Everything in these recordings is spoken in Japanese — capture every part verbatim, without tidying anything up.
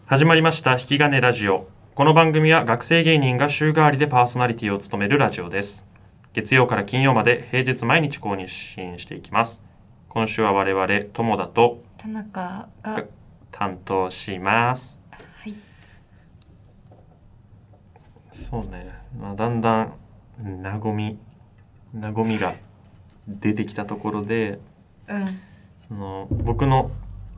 始まりました引き金ラジオ。この番組は学生芸人が週替わりでパーソナリティを務めるラジオです。月曜から金曜まで平日毎日更新していきます。今週は我々友田と田中が担当します。 はい。 そうね、まあ、だんだん和み和みが出てきたところで、 うん、 あの僕の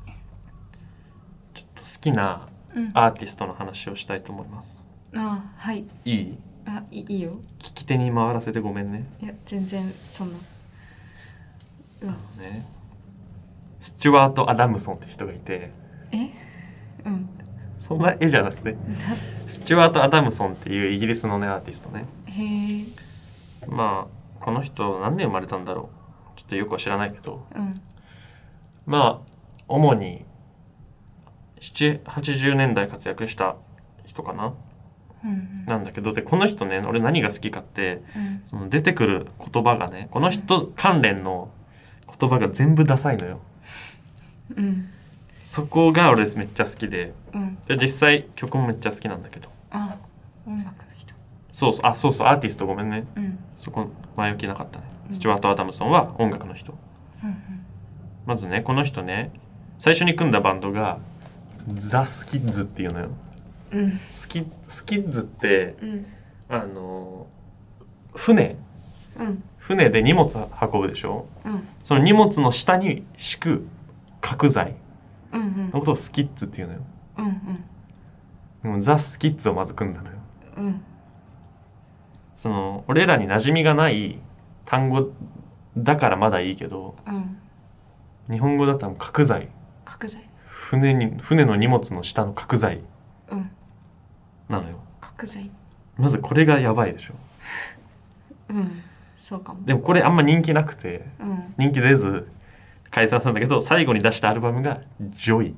ちょっと好きなアーティストの話をしたいと思います。 うん、あ、はい。 いい？ あ、いいよ。 聞き手に回らせてごめんね。 いや、全然そんな。うん。 あのね、スチュワート・アダムソンって人がいて、 え？うん。 そんな絵じゃなくて、スチュワート・アダムソンっていうイギリスのねアーティストね。へえ。まあこの人何年生まれたんだろう。ちょっとよくは知らないけど、 うん、 まあ主にななじゅう、はちじゅうねんだい活躍した人かな、うんうん、なんだけど、でこの人ね、俺何が好きかって、うん、その出てくる言葉がね、この人関連の言葉が全部ダサいのよ、うん、そこが俺めっちゃ好きで、うん、で実際曲もめっちゃ好きなんだけど。 あ、音楽の人。 そうそう、あ、そうそう、アーティストごめんね、うん、そこ前置きなかったね、うん、スチュワート・アダムソンは音楽の人、うんうん、まずね、この人ね、最初に組んだバンドがザ・スキッズっていうのよ、うん、スキ、スキッズって、うん、あの船、うん、船で荷物運ぶでしょ、うん、その荷物の下に敷く角材のことをスキッズっていうのよ、うんうん、でもザ・スキッズをまず組んだのよ、うん、その俺らに馴染みがない単語だからまだいいけど、うん、日本語だったら角材、 角材、 船に船の荷物の下の角材なのよ、うん、 角材、 まずこれがやばいでしょ。 うん、そうかも。 でもこれあんま人気なくて、うん、人気出ず解散したんだけど、最後に出したアルバムがジョイ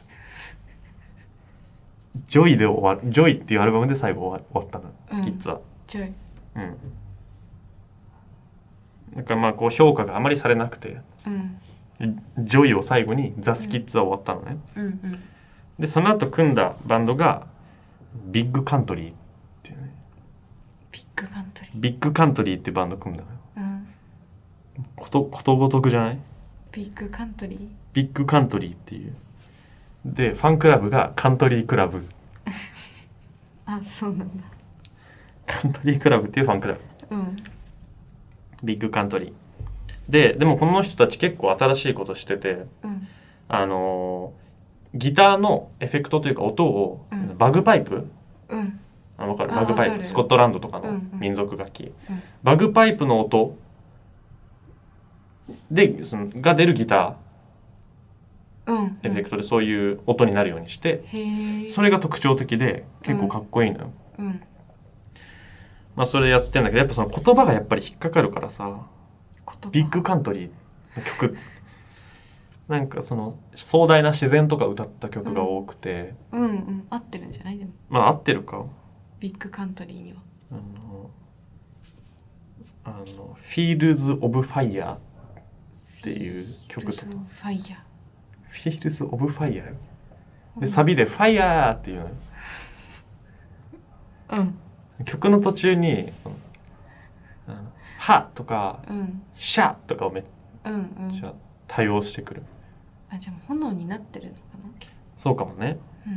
ジョイで終わる、ジョイっていうアルバムで最後終わったの、うん、スキッズは。 ジョイ、 うん、だからまあこう評価があまりされなくて、うん、ジョイを最後にザ・スキッズは終わったのね、うんうんうん、でその後組んだバンドがビッグカントリーっていうね、 ビッグカントリービッグカントリーってバンド組んだのよ、うん、こと、ことごとくじゃない？ ビッグカントリー、 ビッグカントリーっていうで、ファンクラブがカントリークラブあ、そうなんだ、 カントリークラブっていうファンクラブ、うん、ビッグカントリーで、でもこの人たち結構新しいことしてて、うん、あのギターのエフェクトというか音を、うん、バグパイプ、うん、あ、分かる？バグパイプ、スコットランドとかの民族楽器、うんうん、バグパイプの音でそのが出るギター、うんうん、エフェクトでそういう音になるようにして、それが特徴的で結構かっこいいのよ、うんうん、まあそれやってんだけど、やっぱその言葉がやっぱり引っかかるからさ、ビッグカントリーの曲なんかその壮大な自然とか歌った曲が多くて、 うん、うんうん、合ってるんじゃない？でもまあ合ってるか、 ビッグカントリーにはあのあの Fields of Fire っていう曲とか、 ファイヤー Fields of Fire でサビで Fire っていうの、うん、曲の途中にはとか、うん、シャとかをめっちゃ多用してくる、 うんうん、あ、じゃあ炎になってるのかな。 そうかもね、うん、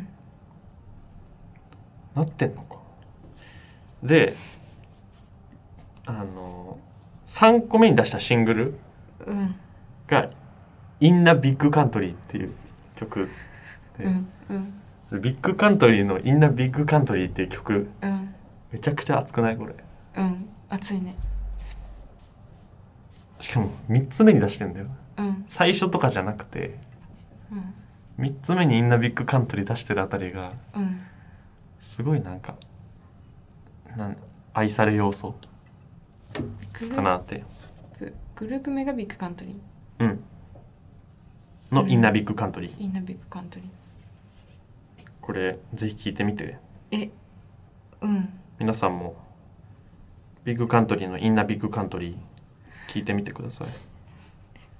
なってんのか。で、あのさんこめに出したシングルが「In the Big Country」っていう曲で、うんうん、ビッグカントリーの「In the Big Country」っていう曲、うん、めちゃくちゃ熱くないこれ？ うん、熱いね。 しかもみっつめに出してんだよ、うん、最初とかじゃなくて、うん、みっつめにインナービッグカントリー出してるあたりが、うん、すごいなんかなん愛され要素かなって。 グ, グループ名がビッグカントリー、うんのインナービッグカントリー、 インナービッグカントリー、 これぜひ聞いてみて。 え、うん、 皆さんもビッグカントリーのインナービッグカントリー聞いてみてください。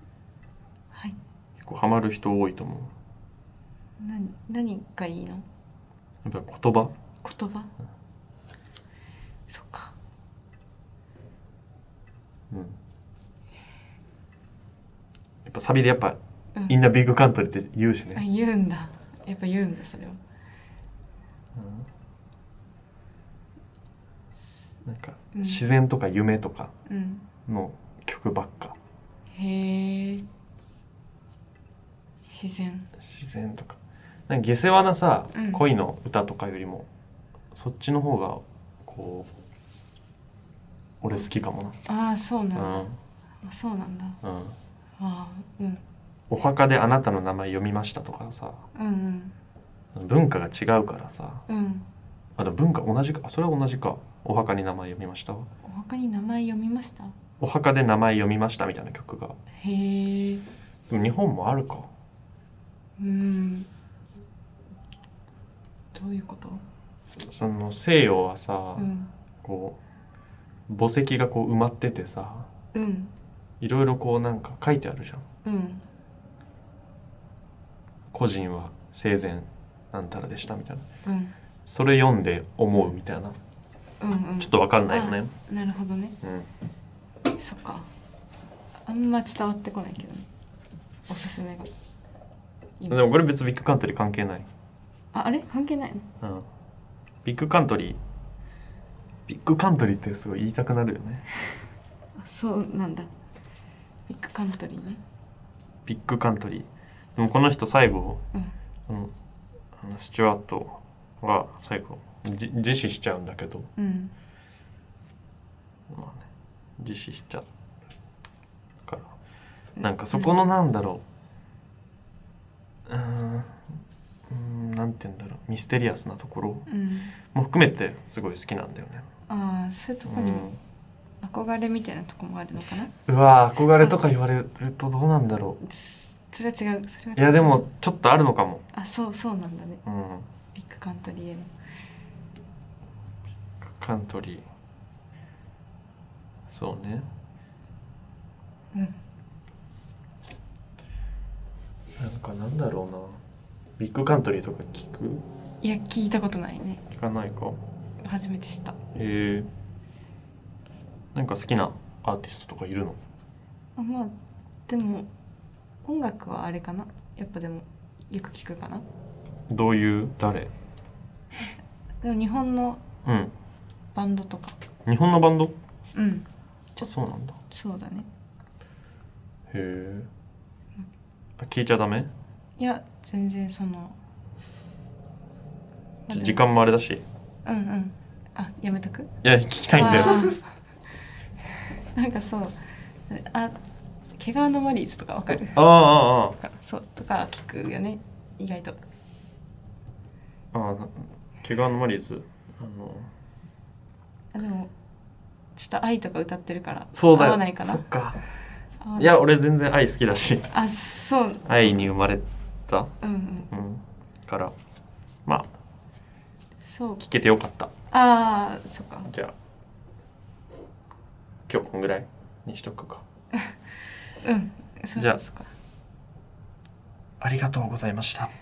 はい。 結構ハマる人多いと思う。 何、何がいいの？ やっぱ言葉言葉、うん、そっか。 うん。やっぱサビでやっぱ、 うん、 インナビッグカントリーって言うしね。 あ、言うんだ。やっぱ言うんだそれは。 うん、なんか、 うん、 自然とか夢とかの曲ばっか。 へえ。自然。 自然とか。なんか下世話なさ、 うん、 恋の歌とかよりもそっちの方がこう俺好きかもな。ああそうなんだ。うん、あ、そうなんだ。うん。ああ、うん。 お墓であなたの名前読みましたとかさ、うんうん、文化が違うからさ、うん、あと文化同じか、それは同じか。お墓に名前読みました。お墓に名前読みました。 お墓で名前読みましたみたいな曲が。 へえ。 でも日本もあるか。 うん。どういうこと？ その西洋はさ、 うん、 こう墓石がこう埋まっててさ、うん、いろいろこうなんか書いてあるじゃん。うん、個人は生前なんたらでしたみたいな、うん、それ読んで思うみたいな、うんうん、ちょっと分かんないよね。 なるほどね、うん、そっか。あんま伝わってこないけどね、おすすめが。 でもこれ別にビッグカントリー関係ない。 あ、あれ関係ないの？ うん、ビッグカントリービッグカントリーってすごい言いたくなるよね。 そうなんだ。ビッグカントリーね。 ビッグカントリー。でもこの人最後、うん、うん、あのスチュワートは最後じ自死しちゃうんだけど、うん、まあね、自死しちゃうからなんかそこのなんだろう、うん、うん、なんて言うんだろう、ミステリアスなところも含めてすごい好きなんだよね。 ああ、そういうとこにも憧れみたいなとこもあるのかな。 うわ、憧れとか言われるとどうなんだろう。 それは違う。それは違う。 いやでもちょっとあるのかも。 あ、そうそうなんだね、うん、ビッグカントリーへの。 ビッグカントリー、そうね、うん、なんかなんだろうな、ビッグカントリーとか聞く？ いや、聞いたことないね。 聞かないか。 初めて知った。 へえ。なんか好きなアーティストとかいるの？ あ、まあでも音楽はあれかな、やっぱでもよく聞くかな。 どういう？誰？ でも日本のバンドとか、 うん、日本のバンド？ うん、 ちょっとそうなんだ。 そうだね。 へえ、うん、聞いちゃダメ？ いや全然その、 まあ、時間もあれだし。 うんうん、あ、やめとく？ いや聞きたいんだよ。 なんかそう、あ、毛皮のマリーズとかわかる？ ああああ、 そうとか聞くよね、意外と。 ああ、毛皮のマリーズ、あのあ、でもちょっと愛とか歌ってるからそうだよ、 合わないかな。 そっか。いや俺全然愛好きだし。 あ、そう。 愛に生まれた、 うんうん、うん、 からまあそう聞けてよかった。 ああ、そっか。 じゃあ今日こんぐらいにしとくか。 うん、そうですか。 じゃあありがとうございました。